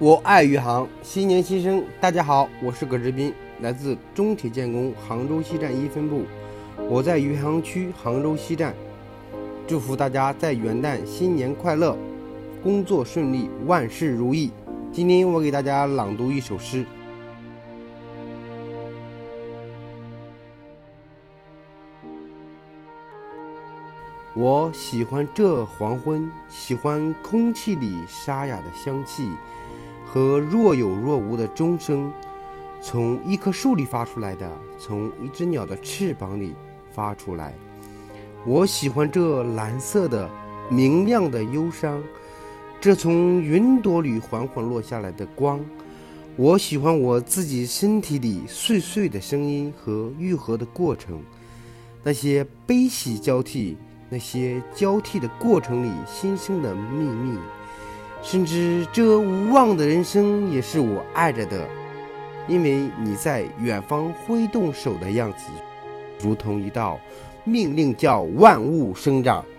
我爱余杭，新年新生，大家好，我是葛志斌，来自中铁建工杭州西站1分部，我在余杭区杭州西站，祝福大家在元旦新年快乐，工作顺利，万事如意。今天我给大家朗读一首诗。我喜欢这黄昏，喜欢空气里沙哑的香气和若有若无的钟声，从一棵树里发出来的，从一只鸟的翅膀里发出来。我喜欢这蓝色的明亮的忧伤，这从云朵里缓缓落下来的光。我喜欢我自己身体里碎碎的声音和愈合的过程，那些悲喜交替，那些交替的过程里新生的秘密，甚至这无望的人生也是我爱着的，因为你在远方挥动手的样子，如同一道命令，叫万物生长。